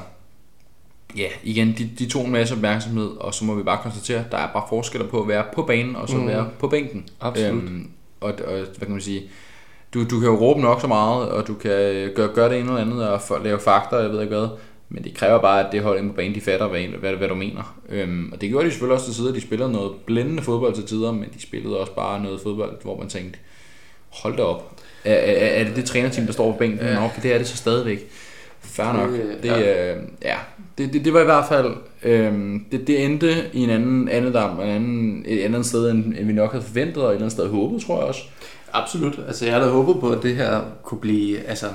Ja, igen, de, de tog en masse opmærksomhed, og så må vi bare konstatere, at der er bare forskelle på at være på banen, og så mm. være på bænken. Absolut. Øhm, og, og hvad kan man sige, du, du kan jo råbe nok så meget, og du kan gøre, gøre det ene eller andet, og for, lave fakta, jeg ved ikke hvad, men det kræver bare, at det hold inde på banen, de fatter, hvad, hvad, hvad du mener. Øhm, og det gjorde de selvfølgelig også til tider, de spillede noget blændende fodbold til tider, men de spillede også bare noget fodbold, hvor man tænkte, hold da op, er, er, er det det trænerteam, der står på bænken? Ja. Nå, det er det så stadigvæk. Fair nok. Det, ja. Øh, ja. Det, det, det var i hvert fald, øh, det, det endte i en anden, anden, en anden, et andet sted, end, end vi nok havde forventet, og et andet sted håbet, tror jeg også. Absolut. Altså, jeg havde håbet på, at det her kunne blive altså,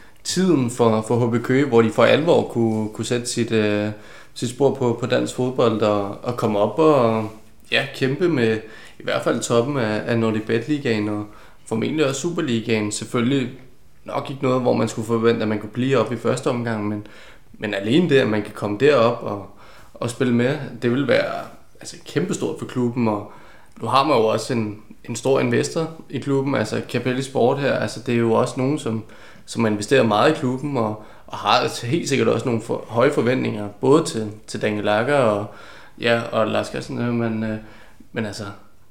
tiden for, for H B Køge, hvor de for alvor kunne, kunne sætte sit, øh, sit spor på, på dansk fodbold og, og komme op og ja, kæmpe med i hvert fald toppen af, af NordicBet-ligaen og formentlig også Superligaen. Selvfølgelig nok ikke noget, hvor man skulle forvente, at man kunne blive op i første omgang, men, men alene det, at man kan komme derop og, og spille med, det vil være altså, kæmpestort for klubben, og nu har man jo også en, en stor investor i klubben, altså Capelli Sport her, altså det er jo også nogen, som, som investerer meget i klubben, og, og har helt sikkert også nogle for, høje forventninger, både til, til Daniel Lager og, ja, og Lars Christensen, men, øh, men altså,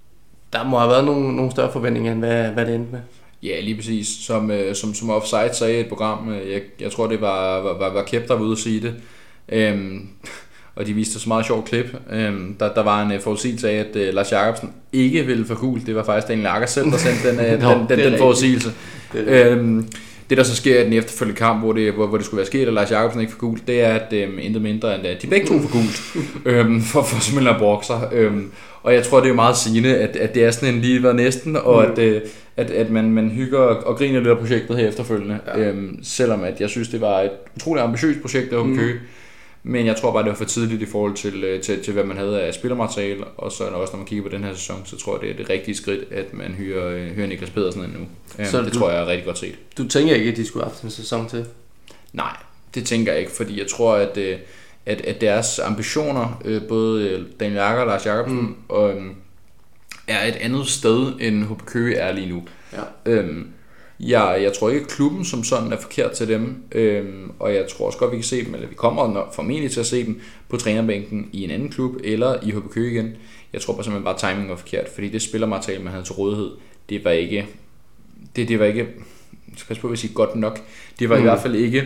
der må have været nogle, nogle større forventninger, end hvad, hvad det endte med. Ja, lige præcis. Som, øh, som, som Offside sagde i et program, øh, jeg, jeg tror det var, var, var Kæp, der var ude at sige det, øhm, og de viste så meget sjovt klip. Øhm, der, der var en uh, forudsigelse af, at uh, Lars Jacobsen ikke ville få gult. Det var faktisk Daniel Lager selv, der sendte den, uh, Nå, den, den, den forudsigelse. Det, øhm, det der så sker i den efterfølgende kamp, hvor det, hvor, hvor det skulle være sket, at Lars Jacobsen ikke får gult, det er, at øhm, intet mindre end at de begge to får gult, øhm, for, for simpelthen at brokke sig. Øhm, og jeg tror, det er meget sigende, at, at det er sådan en lige var næsten, og mm. at, øh, at, at man, man hygger og, og griner lidt af projektet her efterfølgende. Ja. Øhm, selvom at jeg synes, det var et utroligt ambitiøst projekt af H B Køge. Mm. Men jeg tror bare, det var for tidligt i forhold til, til, til hvad man havde af spillermateriale. Og så også, når man kigger på den her sæson, så tror jeg, det er det rigtige skridt, at man hyrer, hyrer Niklas Pedersen nu. Øhm, så det du, tror jeg er rigtig godt set. Du tænker ikke, at de skulle have haft en sæson til? Nej, det tænker jeg ikke, fordi jeg tror, at, at, at deres ambitioner, både Daniel Lager og Lars Jacobsen, mm. og, er et andet sted, end H B Køge er lige nu. Ja. Øhm, jeg, jeg tror ikke, at klubben som sådan er forkert til dem, øhm, og jeg tror også godt, vi kan se dem, eller vi kommer nok formentlig til at se dem på trænerbænken i en anden klub, eller i H B Køge igen. Jeg tror bare simpelthen bare, at timingen var forkert, fordi det spillermateriale, man havde til rådighed, det var ikke, det, det var ikke, jeg skal passe på, at jeg siger godt nok, det var mm. i hvert fald ikke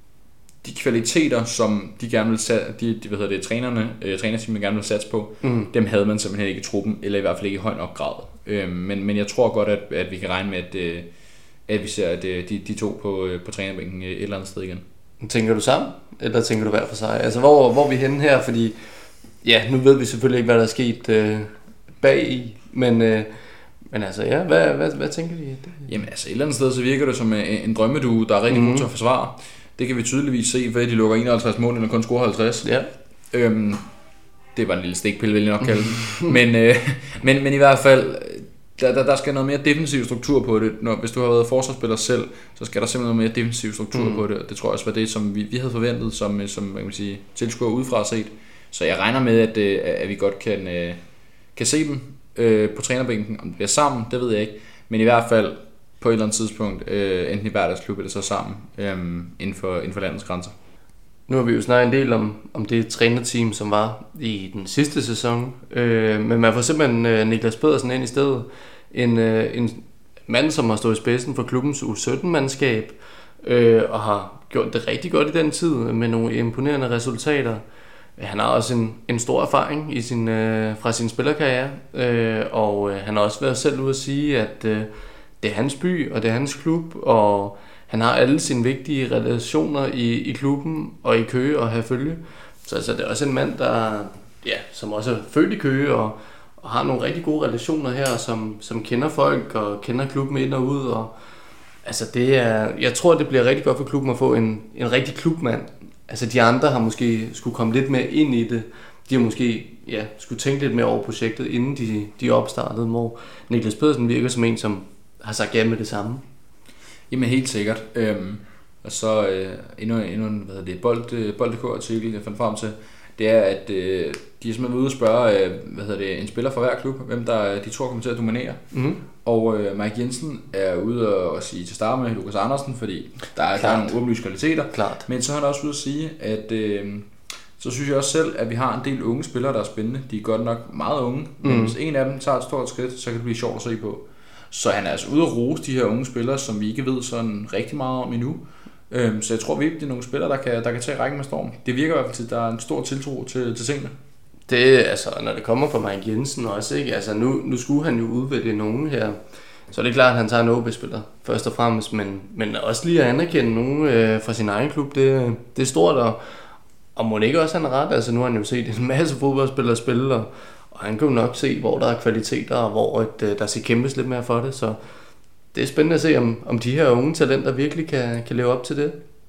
de kvaliteter, som de gerne ville sætte, de, de hvad hedder det, trænerne, øh, trænerteamet gerne ville satse på, mm. dem havde man simpelthen ikke i truppen, eller i hvert fald ikke i høj nok grad. Øh, men, men jeg tror godt, at, at vi kan regne med, at, øh, at vi ser at, øh, de, de to på, øh, på trænerbænken et eller andet sted igen. Tænker du sammen, eller tænker du hver for sig? Altså, hvor, hvor er vi henne her? Fordi, ja, nu ved vi selvfølgelig ikke, hvad der er sket øh, bag i, men... Øh, Men altså, ja, hvad, hvad, hvad tænker de? Jamen altså, et eller andet sted, så virker det som en, en drømmedue, der er rigtig mm. god til at forsvare. Det kan vi tydeligvis se, ved at de lukker enoghalvtreds mål, eller kun scorer halvtreds. Ja. Øhm, det var en lille stikpille, vil jeg nok kalde det. men, øh, men, men i hvert fald, der, der, der skal noget mere defensiv struktur på det. Når, hvis du har været forsvarsspiller selv, så skal der simpelthen noget mere defensiv struktur mm. på det. Det tror jeg også var det, som vi, vi havde forventet, som, som man kan sige, tilskuer udefra set. Så jeg regner med, at, at vi godt kan, kan se dem øh, på trænerbænken. Om det bliver sammen, det ved jeg ikke. Men i hvert fald på et eller andet tidspunkt, øh, enten i hver deres klub eller så sammen, øh, inden, for, inden for landets grænser. Nu har vi jo snakket en del om, om det trænerteam, som var i den sidste sæson. Øh, men man får simpelthen øh, Niklas Pedersen ind i stedet. En, øh, en mand, som har stået i spidsen for klubbens U sytten-mandskab, øh, og har gjort det rigtig godt i den tid med nogle imponerende resultater. Han har også en, en stor erfaring i sin, øh, fra sin spillerkarriere, øh, og øh, han har også været selv ude at sige, at øh, det er hans by, og det er hans klub, og han har alle sine vigtige relationer i, i klubben og i Køge og have følge. Så altså, det er også en mand, der, ja, som også er født i Køge og, og har nogle rigtig gode relationer her, som, som kender folk og kender klubben ind og ud. Og, altså det er, jeg tror, det bliver rigtig godt for klubben at få en, en rigtig klubmand. Altså de andre har måske skulle komme lidt mere ind i det. De har måske ja, skulle tænke lidt mere over projektet, inden de, de opstartede. Hvor Niklas Pedersen virker som en, som har sagt ja med det samme. Jamen helt sikkert. Øhm, og så øh, endnu, endnu en hvad det, bold, bold punktum d k artikel, jeg fandt frem til, det er, at øh, de er simpelthen ude og spørge øh, hvad hedder det, en spiller fra hver klub, hvem der de tror kommer til at dominere. Mm-hmm. Og øh, Mike Jensen er ude og, og sige til start med Lukas Andersen, fordi der er, der er nogle åbenlyse kvaliteter. Klart. Men så er han også ude at sige, at øh, så synes jeg også selv, at vi har en del unge spillere, der er spændende. De er godt nok meget unge, mm. men hvis en af dem tager et stort skridt, så kan det blive sjovt at se på. Så han er altså ude at rose de her unge spillere, som vi ikke ved sådan rigtig meget om endnu. Øhm, så jeg tror virkelig, det er nogle spillere, der kan, der kan tage rækken med storm. Det virker i hvert fald til, at der er en stor tiltro til, til tingene. Det altså, når det kommer fra Mike Jensen også, ikke? Altså nu, nu skulle han jo udvælge nogen her. Så er det klart, at han tager en O B-spiller først og fremmest, men, men også lige at anerkende nogen øh, fra sin egen klub, det, det er stort. Og, og må ikke også han er ret? Altså nu har han jo set en masse fodboldspillere spille, og Og han kan jo nok se, hvor der er kvaliteter, og hvor et, der skal kæmpes lidt mere for det. Så det er spændende at se, om, om de her unge talenter virkelig kan, kan leve op til det.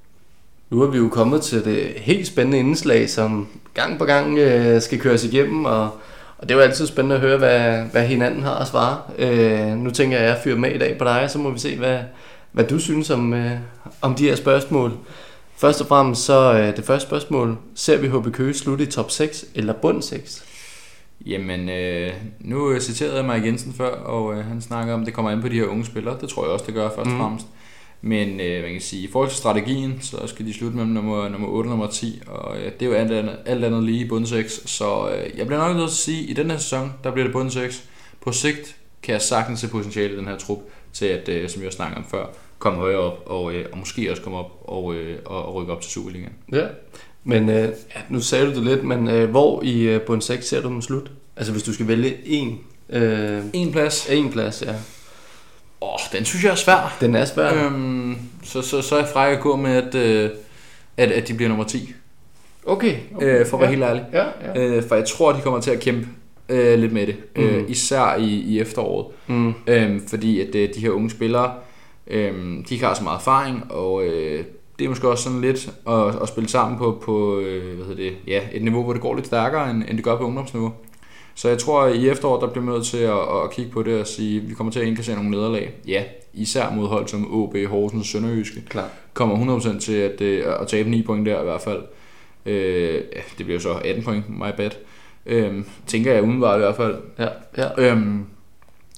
Nu er vi jo kommet til det helt spændende indslag, som gang på gang øh, skal køres igennem. Og, og det er jo altid spændende at høre, hvad, hvad hinanden har at svare. Øh, nu tænker jeg, at jeg fyrer med i dag på dig, så må vi se, hvad, hvad du synes om, øh, om de her spørgsmål. Først og fremmest så øh, det første spørgsmål. Ser vi H B Køge slutte i top seks eller bund seks? Jamen, øh, nu citerede jeg Mike Jensen før, og øh, han snakker om, at det kommer an på de her unge spillere. Det tror jeg også, det gør først og fremmest. Men øh, man kan sige, i forhold til strategien, så skal de slutte mellem nummer, nummer otte og nummer ti, og øh, det er jo alt andet, alt andet lige i bund seks. Så øh, jeg bliver nok nødt til at sige, at i den her sæson, der bliver det bund seks. På sigt kan jeg sagtens se potentiale i den her trup til at, øh, som jeg snakkede om før, komme højere op, og, øh, og måske også komme op og, øh, og, og rykke op til Superligaen. Ja. Men øh, ja, nu sagde du det lidt, men øh, hvor i øh, bund seks ser du dem slut? Altså hvis du skal vælge en øh, en plads. En plads, ja. Åh, oh, den synes jeg er svær. Den er svær. Øhm, så, så, så er jeg fræk at gå med, at, øh, at, at de bliver nummer ti. Okay. okay. Øh, for at være ja. helt ærlig. Ja, ja. Øh, for jeg tror, at de kommer til at kæmpe øh, lidt med det. Mm. Øh, især i, i efteråret. Mm. Øh, fordi at øh, de her unge spillere, øh, de ikke har så meget erfaring, og øh, det er måske også sådan lidt at, at spille sammen på, på øh, hvad hedder det, ja, et niveau, hvor det går lidt stærkere, end, end det gør på ungdomsniveau. Så jeg tror, at i efteråret, der bliver nødt til at, at kigge på det og sige, at vi kommer til at indkassere nogle nederlag. Ja, især mod hold som O B, Horsens og Sønderjyske. Klar. Kommer hundrede procent til at, at tabe ni point der i hvert fald. Øh, det bliver så atten point, my bad. Øh, tænker jeg udenbart i hvert fald. Ja, ja. Øh,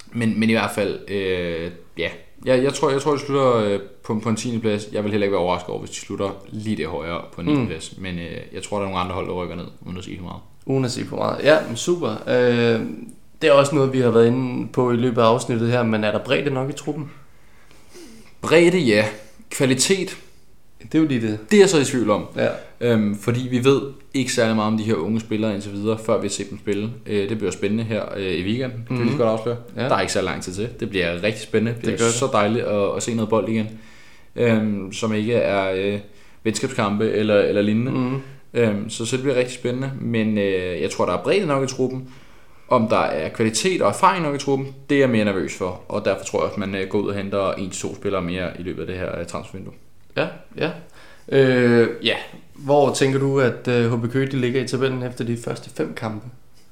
Men, men i hvert fald, øh, ja, jeg, jeg tror, jeg tror, de slutter øh, på, på en tiende plads. Jeg vil heller ikke være overrasket over, hvis de slutter lige det højere på en niende mm. plads. Men øh, jeg tror, der er nogle andre hold, der rykker ned, uden at sige for meget. Uden at sige for meget. Ja, men super. Øh, det er også noget, vi har været inde på i løbet af afsnittet her, men er der bredde nok i truppen? Bredde, ja. Kvalitet, det er jo lige det. Det er jeg så i tvivl om. Ja. Øhm, fordi vi ved ikke særlig meget om de her unge spillere indtil videre, før vi har set dem spille. Øh, det bliver spændende her øh, i weekenden, kan mm-hmm. vi lige godt afsløre. Ja. Der er ikke så lang tid til. Det bliver rigtig spændende. Det bliver det så dejligt at, at se noget bold igen, øhm, som ikke er øh, venskabskampe eller, eller lignende. Mm-hmm. Øhm, så, så det bliver rigtig spændende. Men øh, jeg tror, der er bredde nok i truppen. Om der er kvalitet og erfaring nok i truppen, det er jeg mere nervøs for. Og derfor tror jeg, at man øh, går ud og henter en til to spillere mere i løbet af det her øh, transfervindue. Ja, ja. Øh, ja. Hvor tænker du, at øh, H B Køge de ligger i tabellen efter de første fem kampe?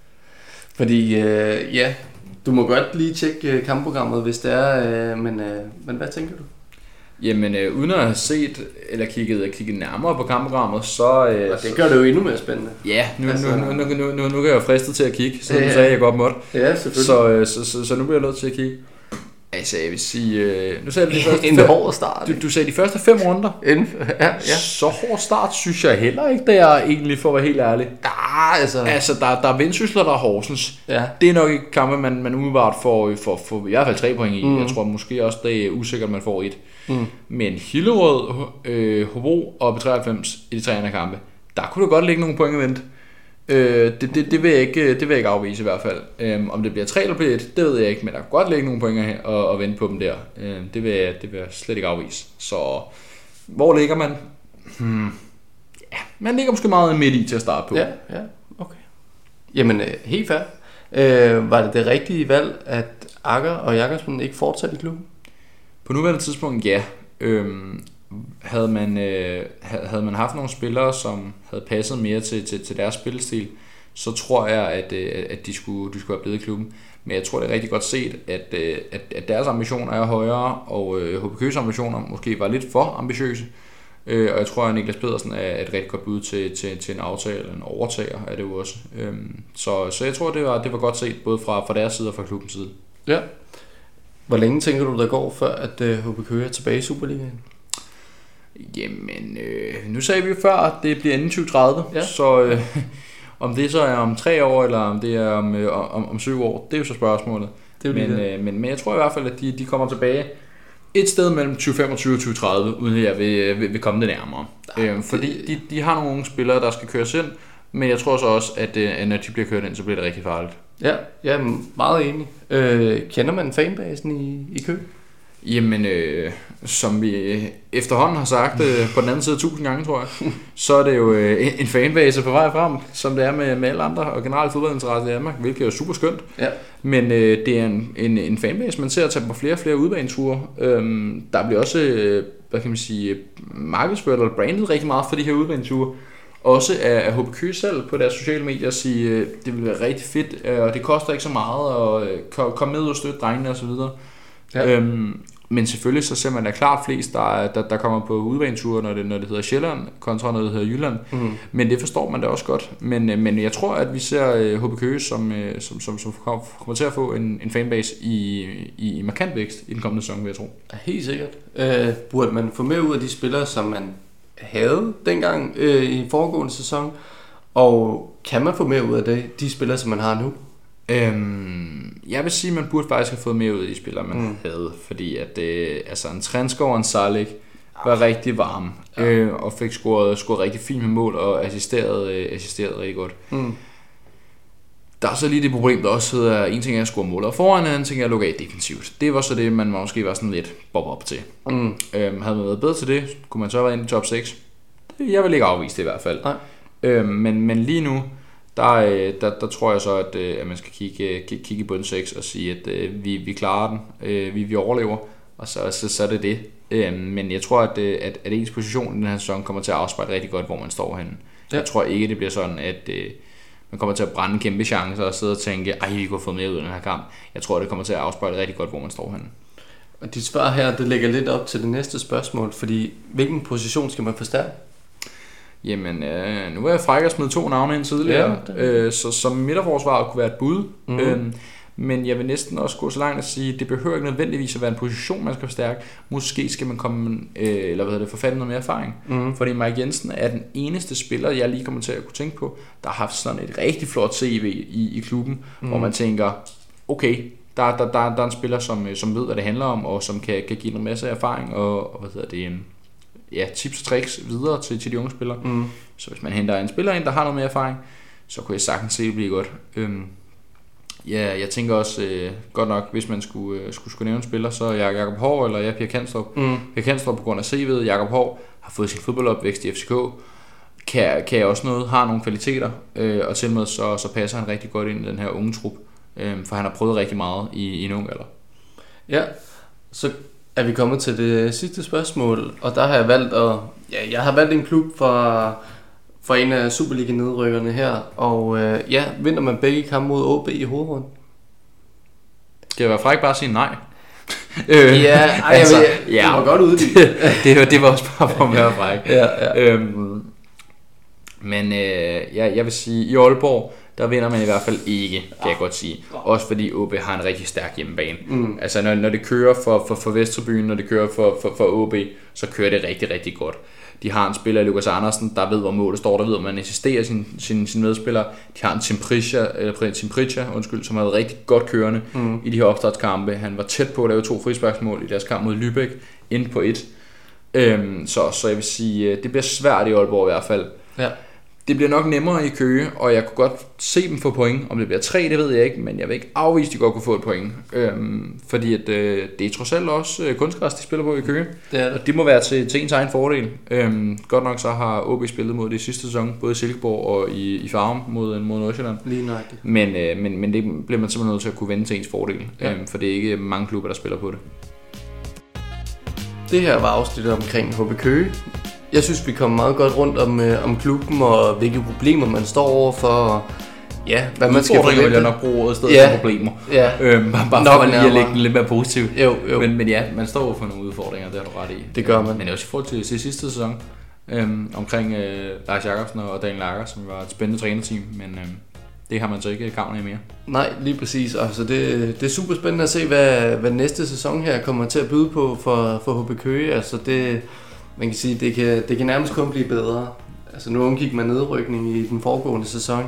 Fordi, øh, ja, du må godt lige tjekke øh, kampprogrammet, hvis det er, øh, men, øh, men hvad tænker du? Jamen, øh, uden at have set eller kigget, kigget nærmere på kampprogrammet, så... Øh, og det gør det jo endnu mere spændende. Ja, nu, altså, nu, nu, nu, nu, nu kan jeg jo fristet til at kigge, så nu sagde jeg godt måtte. Ja, selvfølgelig. Så, øh, så, så, så nu bliver jeg nødt til at kigge. Altså, jeg vil sige... Øh, nu sagde jeg de første en fem, hård start. Du, du sagde de første fem runder. En, ja, ja. Så hård start synes jeg heller ikke, det er egentlig, for at være helt ærlig. Ah, altså... Altså, der, der er Vendsyssel, der er Horsens. Ja. Det er nok ikke kampe, man, man umiddelbart får, får, får i hvert fald tre point i. Mm. Jeg tror måske også, det er usikkert, man får et. Mm. Men Hillerød, øh, Hobro og B treoghalvfems i de tre andre kampe, der kunne der godt ligge nogle point at vente. Øh, det, det, det, vil jeg ikke, det vil jeg ikke afvise i hvert fald. Øh, om det bliver tre eller bliver et, det ved jeg ikke, men der kan godt ligge nogle point her og, og vente på dem der. Øh, det, vil jeg, det vil jeg slet ikke afvise. Så hvor ligger man? Hmm. Ja, man ligger måske meget midt i til at starte på. Ja, ja, okay. Jamen, øh, helt fair. Øh, var det det rigtige valg, at Akker og Jakobsen ikke fortsatte i klubben? På nuværende tidspunkt, ja. Øhm, havde, man, øh, havde man haft nogle spillere, som havde passet mere til, til, til deres spillestil, så tror jeg, at, øh, at de, skulle, de skulle have blevet i klubben. Men jeg tror, det er rigtig godt set, at, øh, at, at deres ambitioner er højere, og øh, H B Køges ambitioner måske var lidt for ambitiøse. Øh, og jeg tror, at Niklas Pedersen er et rigtig godt bud til, til, til en aftale, en overtager er det jo også. Øhm, så, så jeg tror, det var, det var godt set, både fra, fra deres side og fra klubbens side. Ja. Hvor længe tænker du, der går, før at uh, H B Køge er tilbage i Superligaen? Jamen, øh, nu sagde vi jo før, at det bliver inden tyve tredive, ja. Så øh, om det så er om tre år, eller om det er om, øh, om, om syv år, det er jo så spørgsmålet. Det er jo men, øh, men, men jeg tror i hvert fald, at de, de kommer tilbage et sted mellem tyve femogtyve og tyve tredive, uden at jeg vil, vil, vil komme det nærmere. Ja, øh, fordi de, de har nogle unge spillere, der skal køres ind, men jeg tror så også, at, at når de bliver kørt ind, så bliver det rigtig farligt. Ja, jeg er meget enig. Øh, kender man fanbasen i, i Køge? Jamen, øh, som vi efterhånden har sagt øh, på den anden side tusind gange, tror jeg, så er det jo øh, en fanbase på vej frem, som det er med, med alle andre og generelt fodboldinteresse i Danmark, hvilket er super skønt. Ja. Men øh, det er en, en, en fanbase, man ser at tage på flere og flere udbaneture. Øhm, der bliver også, øh, hvad kan man sige, markedsført eller brandet rigtig meget for de her udbaneture. Også af H B Køge selv på deres sociale medier at sige, øh, det vil være rigtig fedt, øh, og det koster ikke så meget at øh, komme med og støtte drengene osv. Ja. Øhm, men selvfølgelig så ser man da klart flest, der, der, der kommer på udbaneture, når det, når det hedder Sjælland, kontra når det hedder Jylland. Mm. Men det forstår man da også godt. Men, men jeg tror, at vi ser H B Køge, som, som, som, som kommer til at få en, en fanbase i, i, i markant vækst i den kommende sæson, vil jeg tro. Helt sikkert. Øh, burde man få mere ud af de spillere, som man havde dengang øh, i foregående sæson? Og kan man få mere ud af det, de spillere, som man har nu? Øhm, jeg vil sige, at man burde faktisk have fået mere ud af de spillere, man mm. havde. Fordi at øh, altså en Trenskov og en Sarlik var rigtig varm, ja. øh, og fik scoret, scoret rigtig fint med mål og assisteret, øh, assisteret rigtig godt. Mm. Der er så lige det problem, der også hedder, en ting er at score mål og foran, en anden ting er at lukke af defensivt. Det var så det, man måske var sådan lidt bob op til. Mm. Øhm, havde man været bedre til det, kunne man så have været inde i top seks. Jeg vil ikke afvise det i hvert fald. Øhm, men, men lige nu, Der, der, der tror jeg så, at, at man skal kigge, kigge i bund seks og sige, at uh, vi, vi klarer den, uh, vi, vi overlever, og så, så, så er det det. Uh, men jeg tror, at, at, at ens position i den her sæson kommer til at afspejle rigtig godt, hvor man står henne. Ja. Jeg tror ikke, det bliver sådan, at uh, man kommer til at brænde kæmpe chancer og sidde og tænke, ej, vi kunne have fået mere ud af den her kamp. Jeg tror, det kommer til at afspejle rigtig godt, hvor man står henne. Og dit svar her, det lægger lidt op til det næste spørgsmål, fordi hvilken position skal man forstærke? Jamen, øh, nu er jeg fræk at smide to navne ind tidligere, ja, øh, så som midterforsvaret kunne være et bud. Mm-hmm. Øh, Men jeg vil næsten også gå så langt at sige, at det behøver ikke nødvendigvis at være en position, man skal forstærke. Måske skal man komme, øh, eller hvad hedder det, forfatte noget mere erfaring. Mm. Fordi Mike Jensen er den eneste spiller, jeg lige kommer til at kunne tænke på, der har haft sådan et rigtig flot C V i, i klubben, mm. hvor man tænker, okay, der, der, der, der er en spiller, som, som ved, hvad det handler om, og som kan, kan give en masse erfaring, og, og hvad hedder det, en, ja, tips og tricks videre til, til de unge spillere. Mm. Så hvis man henter en spiller ind, der har noget mere erfaring, så kunne jeg sagtens se det blive godt. Øhm, ja, jeg tænker også, øh, godt nok, hvis man skulle, øh, skulle, skulle nævne en spiller, så er Jakob Haahr, eller jeg, Pia Kanstrup. Mm. Pia Kanstrup på grund af C V'et, Jakob Haahr har fået sin fodboldopvækst i F C K, kan, kan også noget, har nogle kvaliteter, øh, og til med så, så passer han rigtig godt ind i den her unge trup, øh, for han har prøvet rigtig meget i, i en ung alder. Ja, så er vi kommet til det sidste spørgsmål, og der har jeg valgt at, ja, jeg har valgt en klub fra, fra en af Superliga-nedrykkerne her, og øh, ja, vinder man begge kampe mod O B i hovedrunden? Skal jeg være fræk bare at sige nej? øh, ja, ej, altså, jeg, jeg, ja, det var godt uddybe. det, det, var, det var også bare for at være fræk. ja, ja. Øhm, men øh, ja, jeg vil sige, i Aalborg, der vinder man i hvert fald ikke, kan jeg godt sige. Også fordi O B har en rigtig stærk hjemmebane. Mm. Altså når, når det kører for, for, for Vesttribyen, når det kører for, for, for O B, så kører det rigtig, rigtig godt. De har en spiller, Lukas Andersen, der ved, hvor målet står, der ved, hvor man assisterer sin, sin, sin medspillere. De har en Tim Pritcha, eller Tim Pritcha, undskyld, som har været rigtig godt kørende mm. i de her opstartskampe. Han var tæt på at lave to frisparksmål i deres kamp mod Lübeck, ind på et. Øhm, så, så jeg vil sige, det bliver svært i Aalborg i hvert fald. Ja. Det bliver nok nemmere i Køge, og jeg kunne godt se dem få point. Om det bliver tre, det ved jeg ikke, men jeg vil ikke afvise, at de godt kunne få et point. Øhm, fordi at, øh, det er trods alt også øh, kunstgræs, de spiller på i Køge. Det er det. Og det må være til, til ens egen fordel. Øhm, godt nok så har O B spillet mod det sidste sæson, både i Silkeborg og i, i Farum mod, mod Nordsjælland. Lige nøjagtigt. Men, øh, men, men det bliver man simpelthen nødt til at kunne vende til ens fordel, ja. øhm, for det er ikke mange klubber, der spiller på det. Det her var afsnittet omkring H B Køge. Jeg synes, vi kom meget godt rundt om, øh, om klubben og hvilke problemer man står overfor. Og ja, hvad man skal forvente. Vil jeg nok bruge ordet i stedet ja. for problemer. Ja. Øhm, bare bare for lige at lægge den lidt mere positivt. Jo, jo. Men, men ja, man står overfor nogle udfordringer, det har du ret i. Det gør man. Men også i forhold til, til sidste sæson, øhm, omkring øh, Lars Jacobsen og Daniel Lager, som var et spændende trænerteam, men øhm, det har man så ikke gavn af mere. Nej, lige præcis. Altså det, det er super spændende at se, hvad, hvad næste sæson her kommer til at byde på for, for H B Køge. Altså det... Man kan sige, det kan, det kan nærmest kun blive bedre. Altså nu undgik man nedrykning i den foregående sæson.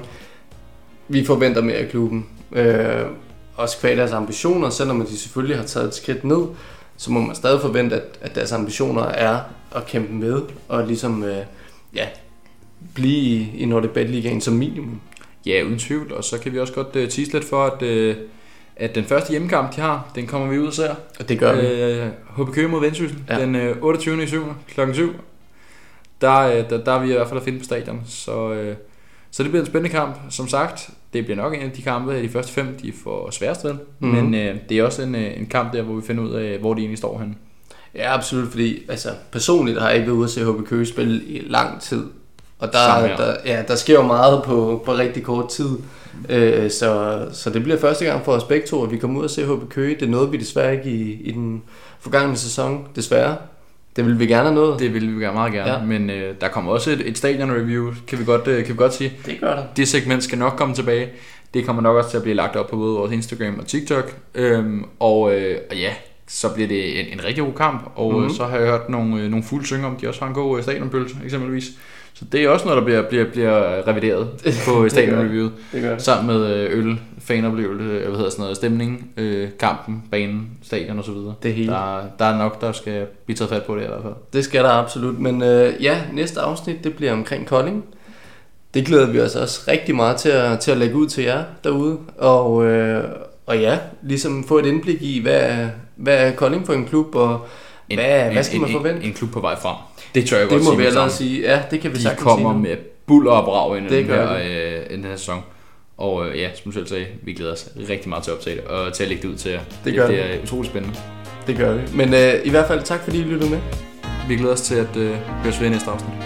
Vi forventer mere af klubben. Øh, også kvad deres ambitioner, selvom de selvfølgelig har taget et skridt ned, så må man stadig forvente, at, at deres ambitioner er at kæmpe med og ligesom øh, ja, blive i, i NordicBet-ligaen som minimum. Ja, uden tvivl. Og så kan vi også godt uh, tease lidt for, at, uh, at den første hjemmekamp, de har, den kommer vi ud og ser. Og det gør vi. Uh, H B Køge mod Vendsyssel, ja. Den uh, otteogtyvende syvende klokken syv. Der, uh, der, der er vi i hvert fald at finde på stadion. Så, uh, så det bliver en spændende kamp. Som sagt, det bliver nok en af de kampe af de første fem, de får sværest ved. Mm-hmm. Men uh, det er også en, uh, en kamp der, hvor vi finder ud af, hvor de egentlig står henne. Ja, absolut, fordi altså, personligt har jeg ikke været ude at se H B Køge spille i lang tid. Og der, der, ja, der sker jo meget på, på rigtig kort tid. Øh, så, så det bliver første gang for os begge to, at vi kommer ud og se H B Køge. Det nåede vi desværre ikke i, i den forgangne sæson, desværre. Det ville vi gerne have nået. Det ville vi gerne meget gerne, ja. Men øh, der kommer også et, et stadion-review, kan vi, godt, øh, kan vi godt sige. Det gør der. Det segment skal nok komme tilbage. Det kommer nok også til at blive lagt op på både vores Instagram og TikTok. Øhm, og, øh, og ja, så bliver det en, en rigtig god kamp. Og mm-hmm. så har jeg hørt nogle, øh, nogle fulde synge om, de også har en god stadionpølse, eksempelvis. Så det er også noget, der bliver, bliver, bliver revideret på stadionreviewet. Sammen med øl, fanoplevelse, hvad hedder sådan noget, stemning, øh, kampen, banen, stadion og så videre. Det hele. Der, der er nok, der skal blive taget fat på det i hvert fald. Det skal der absolut. Men øh, ja, næste afsnit, det bliver omkring Kolding. Det glæder vi os også rigtig meget til at, til at lægge ud til jer derude. Og, øh, og ja, ligesom få et indblik i, hvad, hvad er Kolding for en klub, og en, hvad, en, hvad skal man forvente? En, en klub på vej frem. Det tør jeg det godt sige. Det må vi allerede sige. Ja, det kan vi sagtens sige. De kommer med buller og brag ind i den her, øh, den her sæson. Og øh, ja, som du selv sagde, vi glæder os rigtig meget til at optage det, og til at lægge det ud til jer. Det, det, det er utroligt spændende. Det gør vi. Men øh, i hvert fald tak, fordi I lyttede med. Vi glæder os til at øh, høre os ved i næste afsnit.